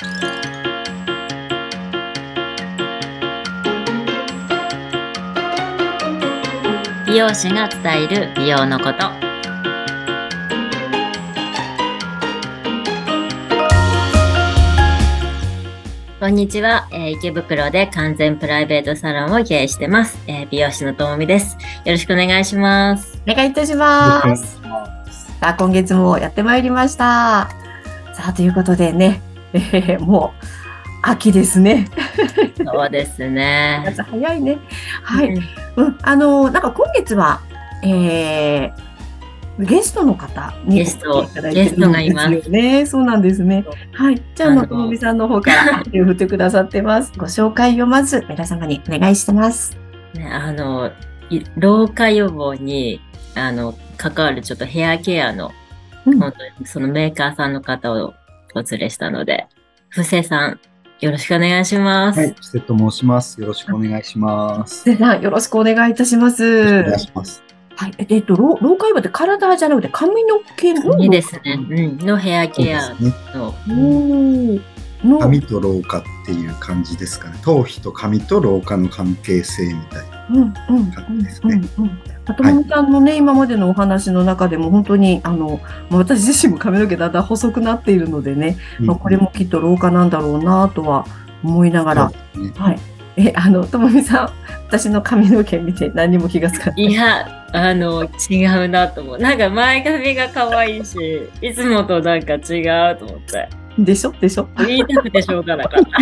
美容師が伝える美容のこと。こんにちは、池袋で完全プライベートサロンを経営してます、美容師のともみです。よろしくお願いします。 お願いいたします。さあ、今月もやってまいりました。さあ、ということでね、もう秋ですね。 そうですね。 夏早いね。はい。なんか今月は、ゲストの方に来ていただいてるんですよね。そうなんですね。はい。じゃあ、ともみさんの方から手を振ってくださってます。ご紹介をまず皆様にお願いしてます。 ね、老化予防に、関わるちょっとヘアケアの、本当にそのメーカーさんの方をお連れしたので、布施さん、よろしくお願いします。 はい、布施と申します。よろしくお願いします。 布施さん、よろしくお願いいたします。 お願いします。 はい。老化予防って体じゃなくて髪の毛の髪ですね。のヘアケアの。 髪と老化っていう感じですかね。頭皮と髪と老化の関係性みたいな感じですね。 ともみさんのね、今までのお話の中でも本当に、私自身も髪の毛だんだん細くなっているのでね、これもきっと老化なんだろうなとは思いながら、はい。ともみさん、私の髪の毛見て何にも気がつかない。 いや、違うなと思う。なんか前髪が可愛いし、いつもとなんか違うと思って。 でしょ言いたくてしょうがなかった。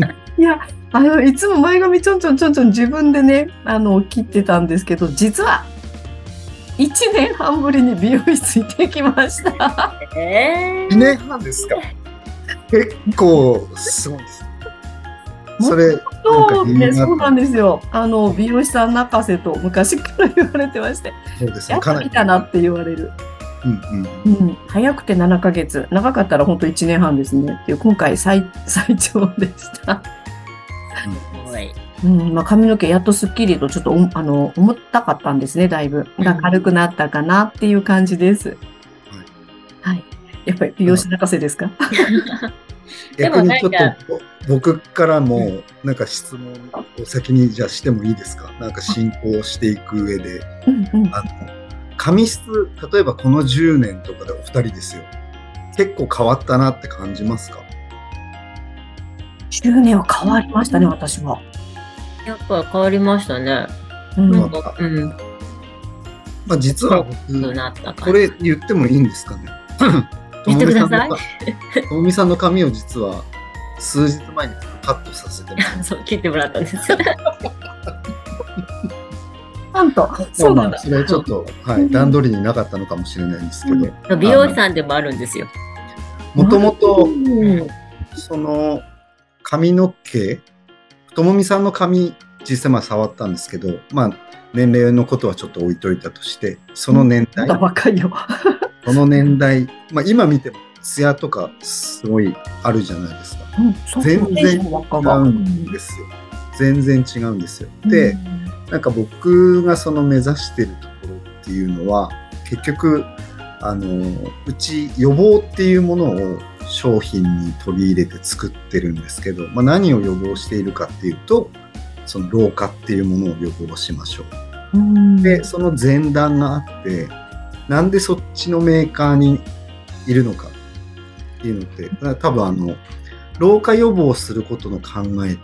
いや、いつも前髪ちょんちょん自分でね、切ってたんですけど、実は、1年半ぶりに美容室行ってきました。 1年半ですか？結構、すごいです。それ、 そうなんですよ。美容師さん泣かせと昔から言われてまして。 そうですね。 やってきたなって言われる。早くて7ヶ月。長かったら本当1年半ですね。っていう、今回最長でした。髪の毛やっとスッキリとちょっと重たかったんですね、だいぶ。軽くなったかなっていう感じです。はい。やっぱり美容師泣かせですか？ 逆にちょっと僕からもなんか質問を先にじゃあしてもいいですか？なんか進行していく上で、髪質、例えばこの10年とかでお二人ですよ。結構変わったなって感じますか ？10年は変わりましたね、私は。 やっぱ変わりましたね。 まあ実は僕、これ言ってもいいんですかね？ 言ってください。 ともみさんの髪を実は数日前にカットさせてもらった。 そう、切ってもらったんですよ。 なんと、そうなんだ。 それはちょっと、段取りになかったのかもしれないんですけど。 美容師さんでもあるんですよ。 もともと、その、髪の毛、ともみさんの髪、実際触ったんですけど、年齢のことはちょっと置いといたとして、その年代。 若いよ。 その年代、今見ても、ツヤとかすごいあるじゃないですか。全然違うんですよ。全然違うんですよ。で、なんか僕がその目指しているところっていうのは、結局、うち予防っていうものを商品に取り入れて作ってるんですけど、何を予防しているかっていうと、その老化っていうものを予防しましょう。で、その前段があって、なんでそっちのメーカーにいるのかっていうのって、多分老化予防することの考えって、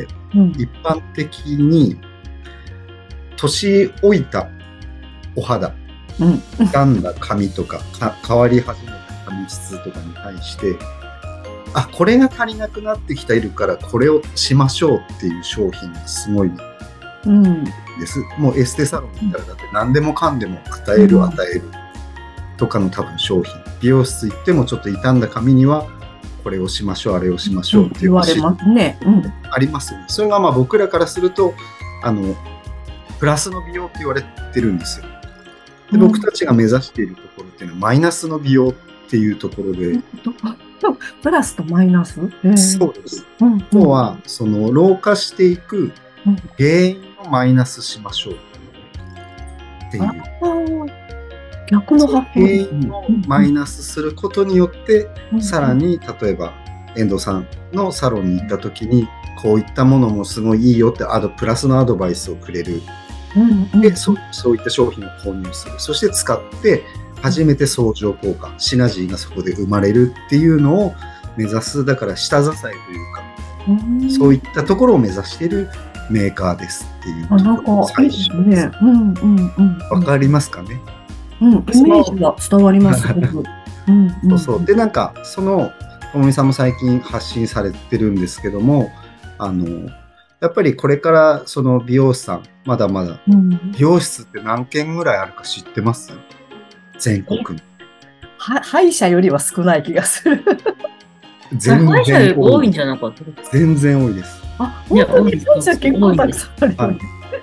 一般的に年老いたお肌、傷んだ髪とか変わり始めた髪質とかに対して、これが足りなくなってきているからこれをしましょうっていう商品がすごいです。もうエステサロン行ったらだって何でもかんでも与える与えるとかの多分商品。美容室行ってもちょっと傷んだ髪にはこれをしましょうあれをしましょうっていう言われますね。 ありますよね。それが僕らからするとプラスの美容って言われてるんですよ。で、僕たちが目指しているところっていうのはマイナスの美容っていうところで。 プラスとマイナス？ そうです。要はその老化していく原因をマイナスしましょうっていう。 逆の発想。原因をマイナスすることによって、さらに例えば遠藤さんのサロンに行った時に、こういったものもすごいいいよってプラスのアドバイスをくれる。で、そういった商品を購入する。そして使って初めて相乗効果、シナジーがそこで生まれるっていうのを目指す。だから下支えというか、そういったところを目指しているメーカーですっていうところが最初です。わかりますかね？ イメージが伝わります。 そうそう。で、なんかそのともみさんも最近発信されてるんですけども、やっぱりこれからその美容師さん、まだまだ、美容室って何件ぐらいあるか知ってます？全国に。 歯医者よりは少ない気がする。 歯医者より多いんじゃなかった？ 全然多いです。 いや、多いです。歯医者結構たくさんある。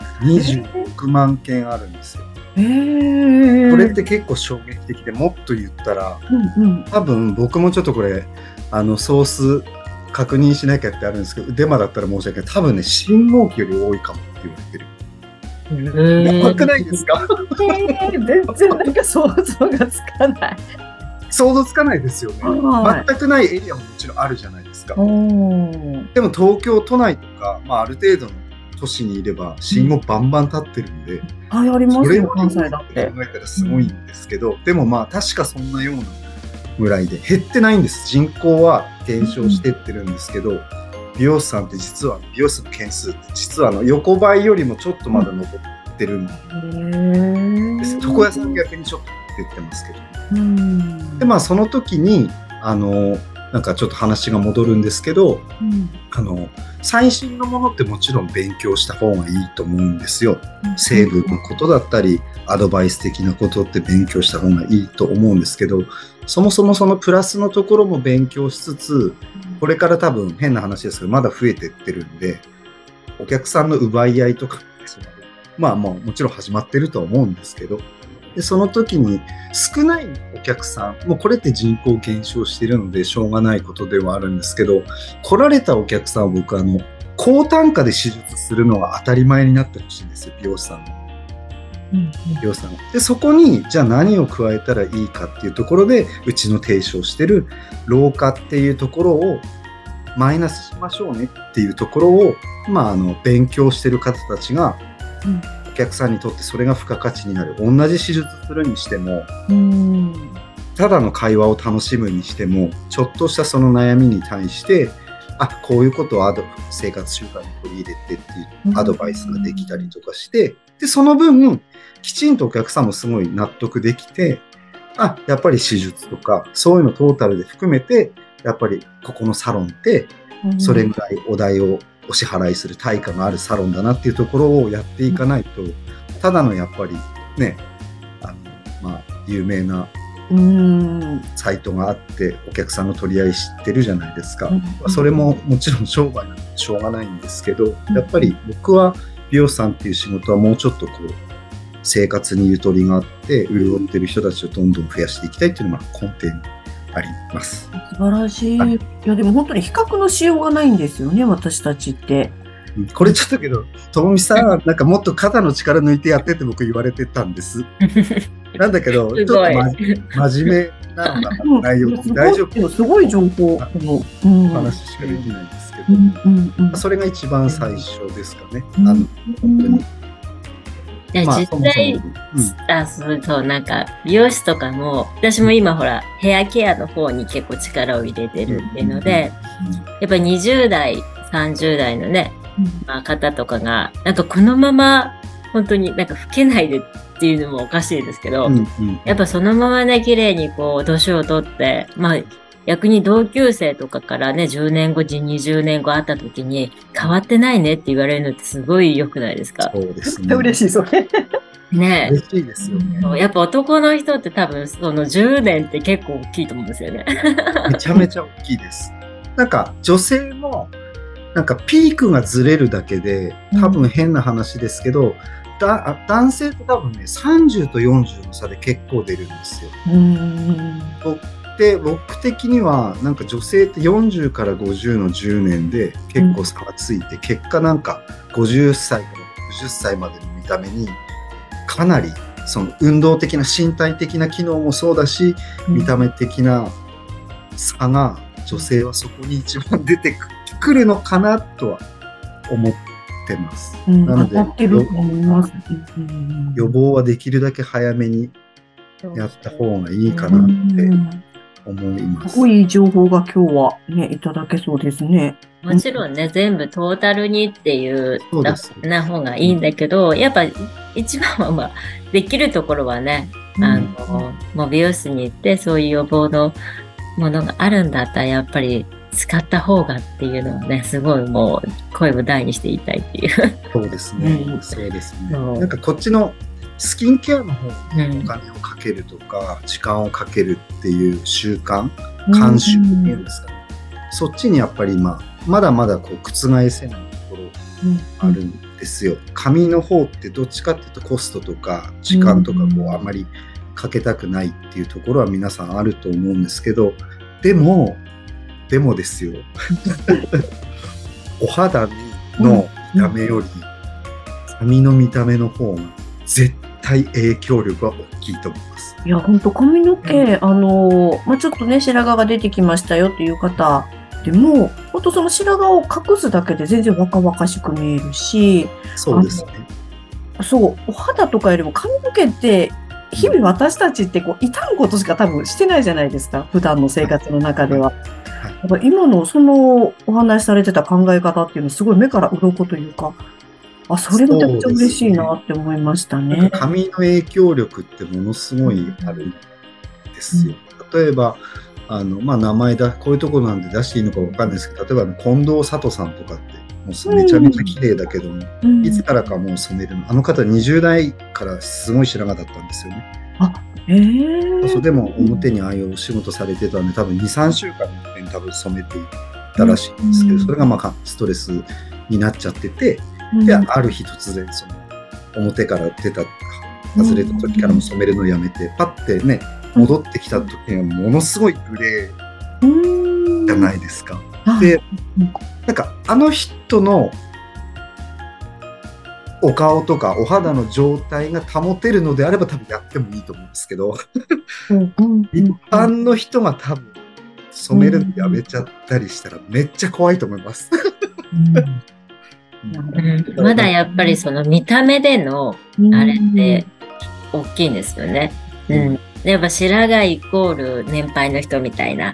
26万件あるんですよ。これって結構衝撃的で、もっと言ったら、多分僕もちょっとこれソース確認しなきゃってあるんですけど、デマだったら申し訳ない。多分ね、信号機より多いかもって言われてる。やばくないですか？ 全然なんか想像がつかない。 想像つかないですよね。全くないエリアももちろんあるじゃないですか。でも東京都内とか、ある程度の都市にいれば信号バンバン立ってるんで、 ありますよ、関西だって。 考えたらすごいんですけど、でも確かそんなようなぐらいで減ってないんです。人口は減少してってるんですけど、美容師さんって実は美容室の件数って実は横ばいよりもちょっとまだ残ってるんです。床屋さん逆にちょっと減ってますけど、でその時になんかちょっと話が戻るんですけど、最新のものってもちろん勉強した方がいいと思うんですよ。成分のことだったりアドバイス的なことって勉強した方がいいと思うんですけど、そもそもそのプラスのところも勉強しつつ、これから多分変な話ですけどまだ増えてってるんで、お客さんの奪い合いとかもちろん始まってるとは思うんですけど、でその時に少ないお客さん、もうこれって人口減少しているのでしょうがないことではあるんですけど、来られたお客さんは僕高単価で手術するのが当たり前になってほしいんですよ、美容師さんの。美容師さんでそこにじゃあ何を加えたらいいかっていうところで、うちの提唱してる老化っていうところをマイナスしましょうねっていうところを、勉強してる方たちが、お客さんにとってそれが付加価値になる。同じ手術するにしても、ただの会話を楽しむにしても、ちょっとしたその悩みに対してこういうことを生活習慣に取り入れてっていうアドバイスができたりとかして、でその分きちんとお客さんもすごい納得できて、やっぱり手術とかそういうのトータルで含めて、やっぱりここのサロンってそれぐらいお代をお支払いする対価があるサロンだなっていうところをやっていかないと、ただのやっぱりね、有名なサイトがあってお客さんの取り合い知ってるじゃないですか。それももちろん商売なんでしょうがないんですけど、やっぱり僕は美容師さんっていう仕事はもうちょっと生活にゆとりがあって潤ってる人たちをどんどん増やしていきたいっていうのが根底にあります。 素晴らしい。いやでも本当に比較のしようがないんですよね、私たちって。 これちょっとけど、ともみさんなんかもっと肩の力抜いてやってって僕言われてたんです。なんだけど、ちょっと真面目なのかな、内容大丈夫？ すごい情報の話しかできないんですけど、それが一番最初ですかね。本当に。 実際、なんか美容師とかも、私も今ほらヘアケアの方に結構力を入れてるっていうので、やっぱり20代30代のね、方とかがなんかこのまま本当になんか老けないでっていうのもおかしいですけど、やっぱそのままね綺麗に年を取って、逆に同級生とかからね10年後20年後会った時に変わってないねって言われるのってすごい良くないですか？ そうですね。 嬉しいそれ。 ね、 嬉しいですよね。 やっぱ男の人って多分その10年って結構大きいと思うんですよね。 めちゃめちゃ大きいです。なんか女性もなんかピークがずれるだけで多分変な話ですけど、男性って多分ね30と40の差で結構出るんですよ。で僕的にはなんか女性って40から50の10年で結構差がついて、結果なんか50歳から60歳までの見た目にかなりその運動的な身体的な機能もそうだし、見た目的な差が女性はそこに一番出てくるのかなとは思ってます。なので、予防はできるだけ早めにやった方がいいかなって思います。 すごい情報が今日はね、いただけそうですね。 もちろんね、全部トータルにっていうな方がいいんだけど、やっぱ一番はできるところはね、もう美容室に行ってそういう予防のものがあるんだったらやっぱり使った方がっていうのはね、すごいもう声を大にして言いたいっていう。 そうですね。そうですね。なんかこっちのスキンケアの方にお金をかけるとか、時間をかけるっていう習慣、慣習っていうんですかね。そっちにやっぱりまだまだこう覆せないところあるんですよ。髪の方ってどっちかっていうとコストとか時間とかこうあまりかけたくないっていうところは皆さんあると思うんですけど、でもですよ。お肌の見た目より髪の見た目の方が絶対影響力は大きいと思います。 いや、本当髪の毛、ちょっとね、白髪が出てきましたよっていう方でも、本当その白髪を隠すだけで全然若々しく見えるし、 そうですね。 そう、お肌とかよりも髪の毛って、日々私たちってこう、傷むことしか多分してないじゃないですか。普段の生活の中では。今のそのお話しされてた考え方っていうのすごい目から鱗というか、それめちゃくちゃ嬉しいなって思いましたね。 髪の影響力ってものすごいあるんですよ。例えば、名前こういうところなんで出していいのかわかんないですけど、例えば近藤佐藤さんとかって、もうめちゃめちゃ綺麗だけども、いつからかもう染めるの。あの方20代からすごい白髪だったんですよね。そうでも表にああいうお仕事されてたんで、多分2、3週間に多分染めていったらしいんですけど、それがストレスになっちゃってて、で、ある日突然その表から外れた時からも染めるのをやめて、パッてね、戻ってきた時にはものすごいグレーじゃないですか。で、なんかあの人のお顔とかお肌の状態が保てるのであれば多分やってもいいと思うんですけど、一般の人が多分染めるのやめちゃったりしたらめっちゃ怖いと思います。 まだやっぱりその見た目でのあれって大きいんですよね。やっぱ白髪イコール年配の人みたいな。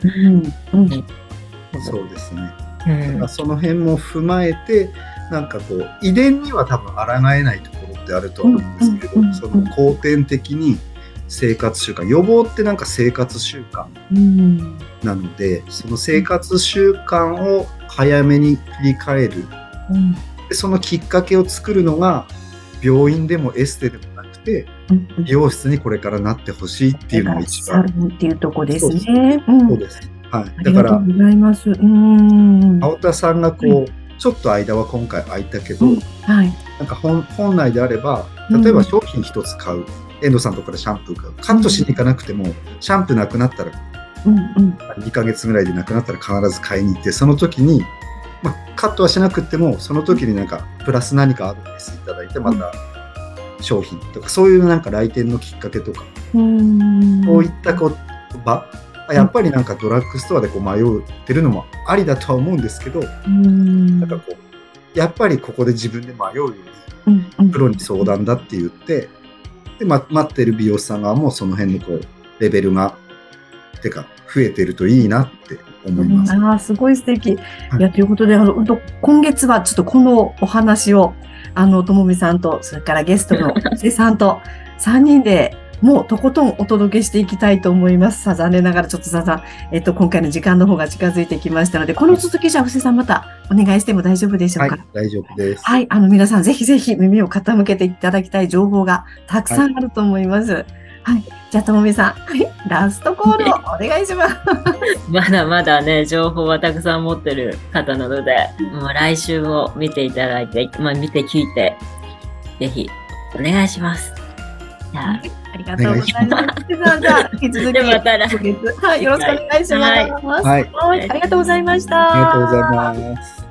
そうですね。その辺も踏まえて、なんかこう遺伝には多分抗えないところってあると思うんですけど、その後天的に生活習慣、予防ってなんか生活習慣なので、その生活習慣を早めに切り替える。でそのきっかけを作るのが病院でもエステでもなくて、美容室にこれからなってほしいっていうのが一番。 っていうとこですね。 そうです。はい。だから、青田さんがこう、ちょっと間は今回空いたけど、なんか本来であれば、例えば商品一つ買う、遠藤さんとかでシャンプー買う、カットしに行かなくても、シャンプーなくなったら、2ヶ月ぐらいでなくなったら必ず買いに行って、その時に、カットはしなくても、その時になんか、プラス何かアドバイスいただいて、また商品とか、そういうなんか来店のきっかけとか、こういった言葉、やっぱりなんかドラッグストアでこう迷ってるのもありだとは思うんですけど、なんかこう、やっぱりここで自分で迷うように、プロに相談だって言って、で、待ってる美容師さん側もその辺のこう、レベルが、増えてるといいなって思います。 すごい素敵。いや、ということで、今月はちょっとこのお話を、ともみさんと、それからゲストのせさんと、3人でもうとことんお届けしていきたいと思います。残念ながらちょっと今回の時間の方が近づいてきましたので、この続きじゃあ、布施さんまたお願いしても大丈夫でしょうか。 はい、大丈夫です。 はい、皆さんぜひぜひ耳を傾けていただきたい情報がたくさんあると思います。はい。じゃあ、ともみさん、ラストコールをお願いします。 まだまだね、情報はたくさん持ってる方なので、もう来週も見ていただいて、見て聞いて、ぜひお願いします。じゃあ、 ありがとうございます。じゃあ、引き続き、 またはい、よろしくお願いします。 はい。 ありがとうございました。 ありがとうございます。